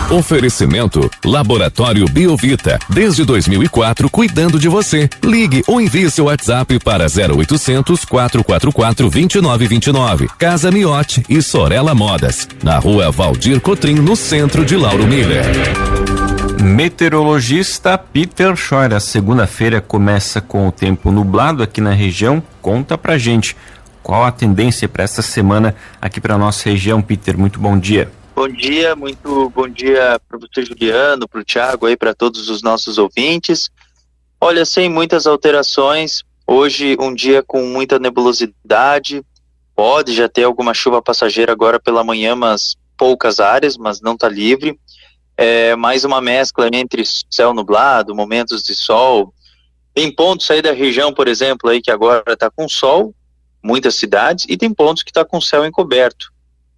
Oferecimento Laboratório Biovita, desde 2004 cuidando de você. Ligue ou envie seu WhatsApp para 0800 444 2929. Casa Miotti e Sorella Modas, na Rua Valdir Cotrim, no centro de Lauro Miller. Meteorologista Peter Scheuer, a segunda-feira começa com o tempo nublado aqui na região. Conta pra gente qual a tendência para essa semana aqui para nossa região, Peter. Muito bom dia. Bom dia, muito bom dia para você, Juliano, para o Thiago, aí para todos os nossos ouvintes. Olha, sem muitas alterações, hoje um dia com muita nebulosidade, pode já ter alguma chuva passageira agora pela manhã, mas poucas áreas, mas não está livre. Mais uma mescla entre céu nublado, momentos de sol. Tem pontos aí da região, por exemplo, aí que agora está com sol, muitas cidades, e tem pontos que está com céu encoberto.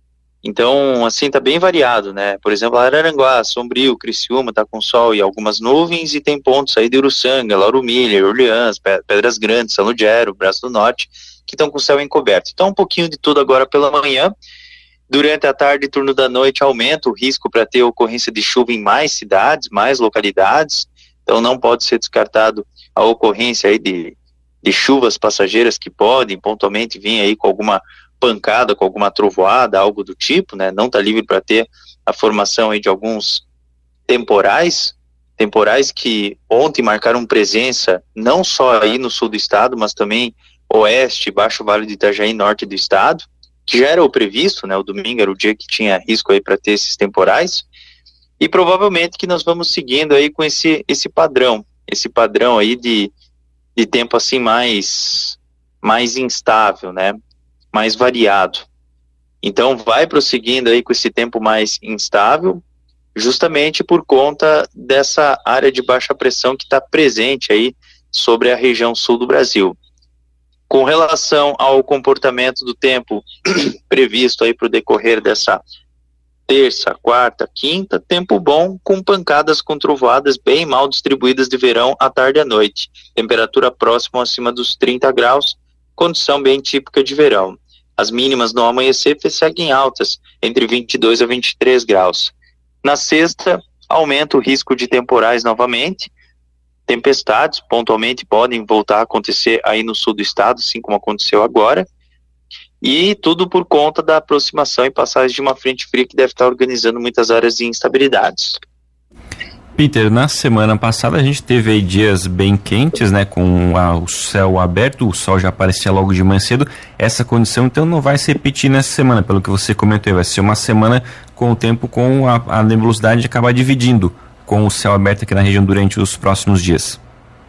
Então, assim, tá bem variado, né? Por exemplo, Araranguá, Sombrio, Criciúma tá com sol e algumas nuvens, e tem pontos aí de Uruçanga, Lauro Miller, Orleans, Pedras Grandes, São Ludgero, Braço do Norte, que estão com céu encoberto. Então, um pouquinho de tudo agora pela manhã. Durante a tarde e turno da noite aumenta o risco para ter ocorrência de chuva em mais cidades, mais localidades. Então, não pode ser descartado a ocorrência aí de chuvas passageiras que podem pontualmente vir aí com alguma pancada, com alguma trovoada, algo do tipo, né? Não está livre para ter a formação aí de alguns temporais que ontem marcaram presença não só aí no sul do estado, mas também oeste, baixo Vale do Itajaí, norte do estado, que já era o previsto, né? O domingo era o dia que tinha risco aí para ter esses temporais, e provavelmente que nós vamos seguindo aí com esse padrão aí de tempo assim mais instável, né? Mais variado. Então vai prosseguindo aí com esse tempo mais instável, justamente por conta dessa área de baixa pressão que está presente aí sobre a região sul do Brasil. Com relação ao comportamento do tempo previsto aí para o decorrer dessa terça, quarta, quinta, tempo bom com pancadas com trovoadas bem mal distribuídas de verão à tarde e à noite. Temperatura próxima acima dos 30 graus, condição bem típica de verão. As mínimas no amanhecer seguem altas, entre 22 a 23 graus. Na sexta, aumenta o risco de temporais novamente. Tempestades pontualmente podem voltar a acontecer aí no sul do estado, assim como aconteceu agora. E tudo por conta da aproximação e passagem de uma frente fria que deve estar organizando muitas áreas de instabilidades. Peter, na semana passada a gente teve aí dias bem quentes, né, com o céu aberto, o sol já aparecia logo de manhã cedo. Essa condição então não vai se repetir nessa semana, pelo que você comentou, vai ser uma semana com o tempo com a nebulosidade acabar dividindo com o céu aberto aqui na região durante os próximos dias.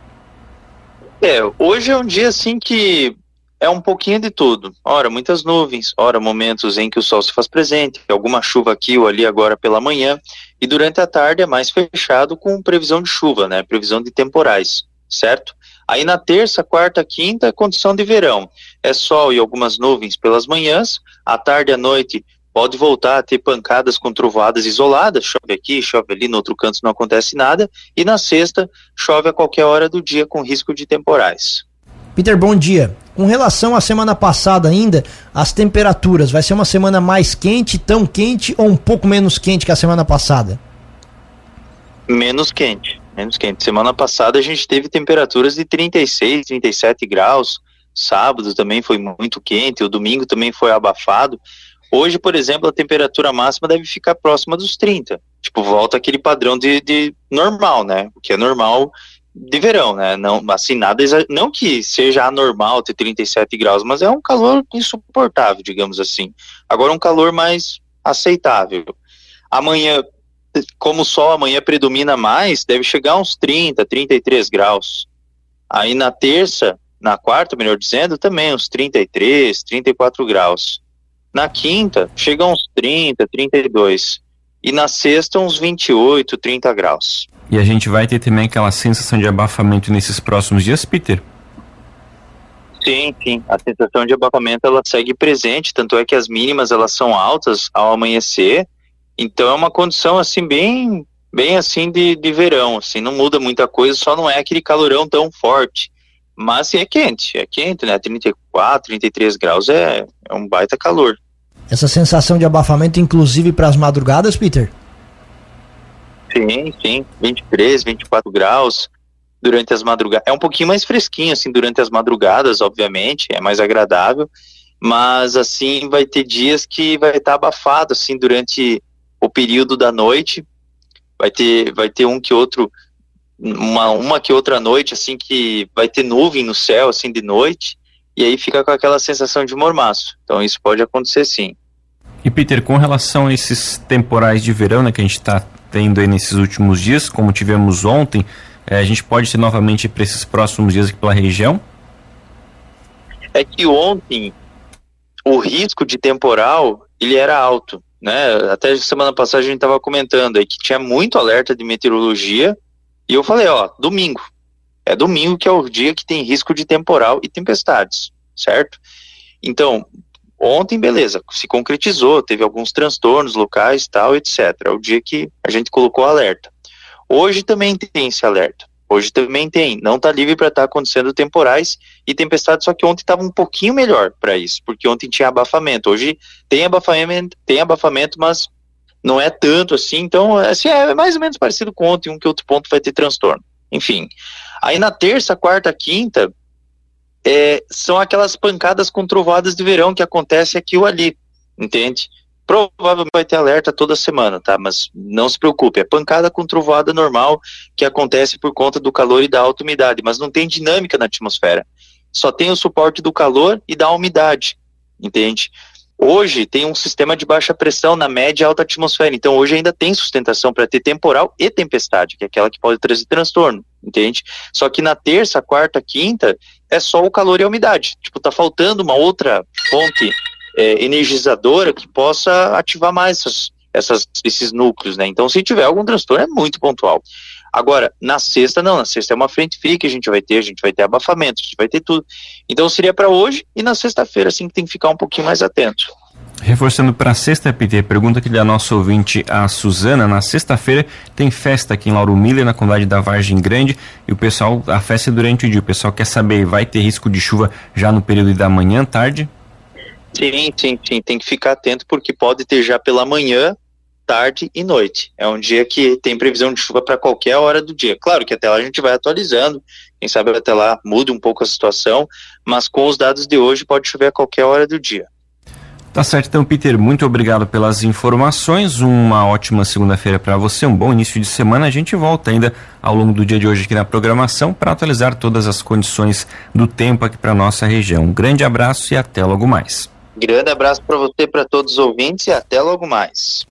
Hoje é um dia assim que é um pouquinho de tudo. Ora, muitas nuvens, ora, momentos em que o sol se faz presente, alguma chuva aqui ou ali agora pela manhã, e durante a tarde é mais fechado com previsão de chuva, né? Previsão de temporais, certo? Aí na terça, quarta, quinta, condição de verão. É sol e algumas nuvens pelas manhãs, à tarde e à noite pode voltar a ter pancadas com trovoadas isoladas, chove aqui, chove ali, no outro canto não acontece nada, e na sexta chove a qualquer hora do dia com risco de temporais. Peter, bom dia. Com relação à semana passada ainda, as temperaturas, vai ser uma semana mais quente, tão quente ou um pouco menos quente que a semana passada? Menos quente. Semana passada a gente teve temperaturas de 36, 37 graus, sábado também foi muito quente, o domingo também foi abafado. Hoje, por exemplo, a temperatura máxima deve ficar próxima dos 30. Tipo, volta aquele padrão de normal, né? O que é normal de verão, né? Não, assim, nada, não que seja anormal ter 37 graus, mas é um calor insuportável, digamos assim. Agora um calor mais aceitável. Amanhã, como o sol amanhã predomina mais, deve chegar a uns 30, 33 graus. Aí na terça, na quarta, melhor dizendo, também uns 33, 34 graus. Na quinta, chega a uns 30, 32. E na sexta, uns 28, 30 graus. E a gente vai ter também aquela sensação de abafamento nesses próximos dias, Peter? Sim. A sensação de abafamento, ela segue presente, tanto é que as mínimas, elas são altas ao amanhecer. Então é uma condição, assim, bem assim de verão, assim, não muda muita coisa, só não é aquele calorão tão forte. Mas sim, é quente, né? 34, 33 graus é um baita calor. Essa sensação de abafamento, inclusive para as madrugadas, Peter? Sim, 23, 24 graus durante as madrugadas. É um pouquinho mais fresquinho, assim, durante as madrugadas, obviamente, é mais agradável, mas, assim, vai ter dias que vai estar abafado, assim, durante o período da noite, vai ter um que outro, uma que outra noite, assim, que vai ter nuvem no céu, assim, de noite, e aí fica com aquela sensação de mormaço. Então isso pode acontecer, sim. E Peter, com relação a esses temporais de verão, né, que a gente está tendo aí nesses últimos dias, como tivemos ontem, a gente pode ter novamente para esses próximos dias aqui pela região? É que ontem o risco de temporal, ele era alto, né? Até semana passada a gente estava comentando aí que tinha muito alerta de meteorologia, e eu falei, domingo. É domingo que é o dia que tem risco de temporal e tempestades, certo? Então, ontem, beleza, se concretizou, teve alguns transtornos locais, tal, etc. É o dia que a gente colocou alerta. Hoje também tem esse alerta. Hoje também tem. Não está livre para estar acontecendo temporais e tempestades, só que ontem estava um pouquinho melhor para isso, porque ontem tinha abafamento. Hoje tem abafamento, mas não é tanto assim. Então, assim, é mais ou menos parecido com ontem, um que outro ponto vai ter transtorno. Enfim. Aí na terça, quarta, quinta, são aquelas pancadas com trovoadas de verão que acontece aqui ou ali, entende? Provavelmente vai ter alerta toda semana, tá? Mas não se preocupe, é pancada com trovoada normal que acontece por conta do calor e da alta umidade, mas não tem dinâmica na atmosfera. Só tem o suporte do calor e da umidade, entende? Hoje tem um sistema de baixa pressão na média e alta atmosfera, então hoje ainda tem sustentação para ter temporal e tempestade, que é aquela que pode trazer transtorno, entende? Só que na terça, quarta, quinta, é só o calor e a umidade. Tipo, tá faltando uma outra fonte energizadora que possa ativar mais esses núcleos, né? Então, se tiver algum transtorno, é muito pontual. Agora, na sexta, não. Na sexta é uma frente fria que a gente vai ter abafamento, a gente vai ter tudo. Então, seria para hoje e na sexta-feira, assim, que tem que ficar um pouquinho mais atento. Reforçando para sexta, Peter, pergunta aqui da nossa ouvinte, a Suzana. Na sexta-feira tem festa aqui em Lauro Miller, na comunidade da Vargem Grande, e a festa é durante o dia. O pessoal quer saber, vai ter risco de chuva já no período da manhã, tarde? Sim, tem que ficar atento, porque pode ter já pela manhã, tarde e noite. É um dia que tem previsão de chuva para qualquer hora do dia. Claro que até lá a gente vai atualizando, quem sabe até lá muda um pouco a situação, mas com os dados de hoje pode chover a qualquer hora do dia. Tá certo, então, Peter, muito obrigado pelas informações, uma ótima segunda-feira para você, um bom início de semana. A gente volta ainda ao longo do dia de hoje aqui na programação para atualizar todas as condições do tempo aqui para nossa região. Um grande abraço e até logo mais. Grande abraço para você, para todos os ouvintes, e até logo mais.